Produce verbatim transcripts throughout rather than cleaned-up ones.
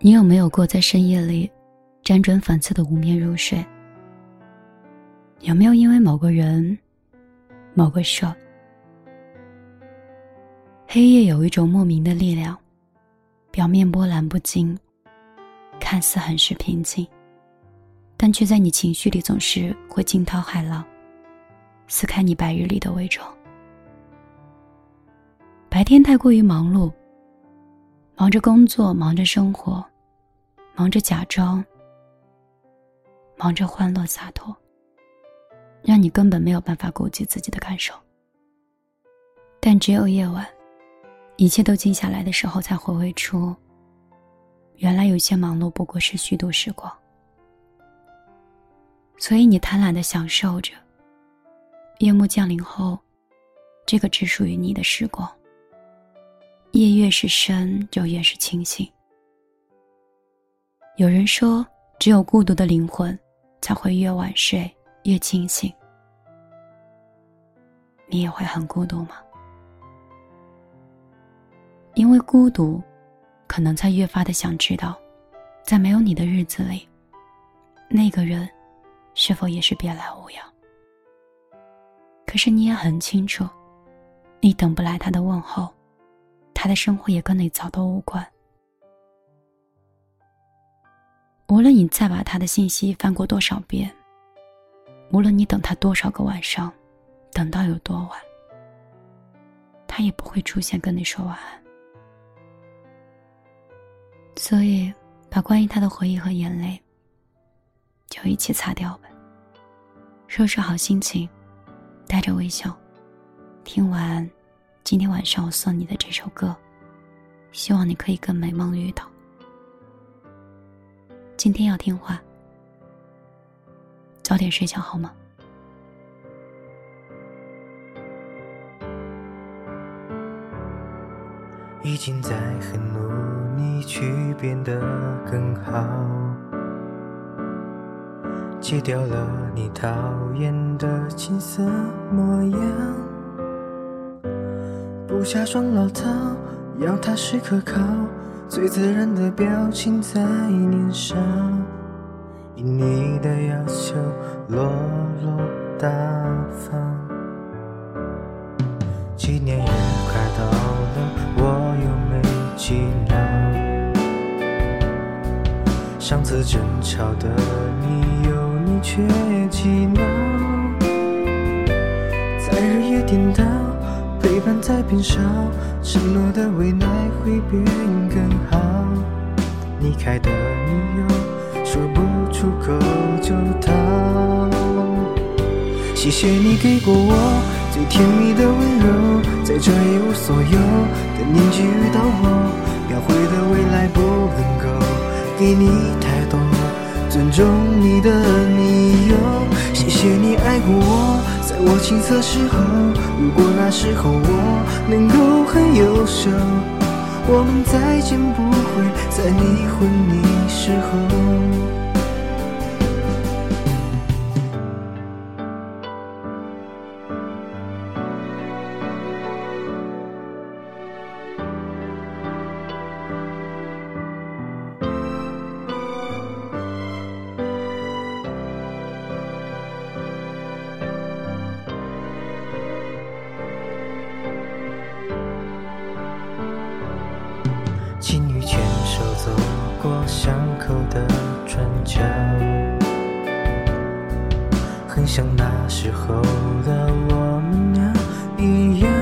你有没有过在深夜里辗转反侧的无眠入睡？有没有因为某个人某个事儿？黑夜有一种莫名的力量，表面波澜不惊，看似很是平静，但却在你情绪里总是会惊涛骇浪，撕开你白日里的伪装。白天太过于忙碌，忙着工作，忙着生活，忙着假装，忙着欢乐洒脱，让你根本没有办法顾及自己的感受。但只有夜晚，一切都静下来的时候，才回味出原来有些忙碌不过是虚度时光。所以你贪婪地享受着夜幕降临后这个只属于你的时光。夜越是深，就越是清醒。有人说，只有孤独的灵魂才会越晚睡越清醒。你也会很孤独吗？因为孤独，可能才越发的想知道，在没有你的日子里，那个人是否也是别来无恙。可是你也很清楚，你等不来他的问候，他的生活也跟你早都无关。无论你再把他的信息翻过多少遍，无论你等他多少个晚上，等到有多晚，他也不会出现跟你说晚安。所以把关于他的回忆和眼泪就一起擦掉吧，收拾好心情，带着微笑听完今天晚上我送你的这首歌，希望你可以跟美梦遇到。今天要听话，早点睡觉好吗？ 已经在很努力去变得更好，戒掉了你讨厌的青涩模样，布下双老套，要踏实可靠，最自然的表情在脸上，以你的要求落落大方。几年也快到了，我又没几秒，上次争吵的理由你却记牢，在日夜颠倒，陪伴在变少，承诺的未来会变更好，你开的理由说不出口就逃。谢谢你给过我最甜蜜的温柔，在这一无所有的年纪遇到我，描绘的未来不能够给你太多尊重你的理由。谢谢你爱过我，在我青涩时候，如果那时候我能够很优秀，我们再见不会在你婚礼时候。情侣牵手走过巷口的转角，很像那时候的我们俩一样，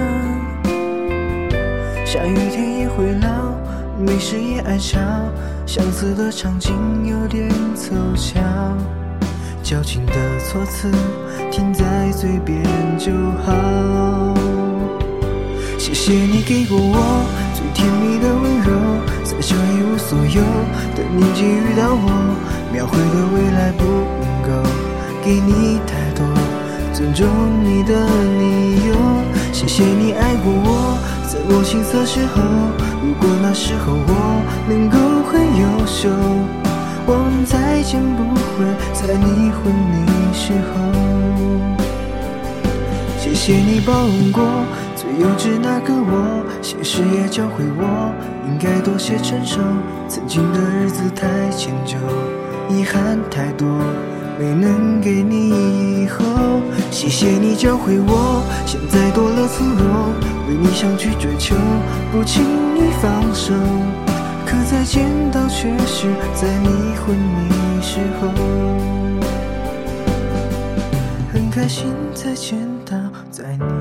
下雨天也会老，没事也爱吵，相似的场景有点凑巧，矫情的措辞停在嘴边就好。谢谢你给过我最甜蜜的温柔，在这一无所有的年纪遇到我，描绘的未来不能够给你太多尊重你的理由。谢谢你爱过我，在我青涩时候，如果那时候我能够很优秀，我们再见不会在你婚礼时候。谢谢你包容过最最幼稚那个我，现实也教会我应该多些成熟。曾经的日子太迁就，遗憾太多，没能给你以后。谢谢你教会我，现在多了从容，为你想去追求，不轻易放手。可再见到却是在你昏迷时候。很开心再见到在你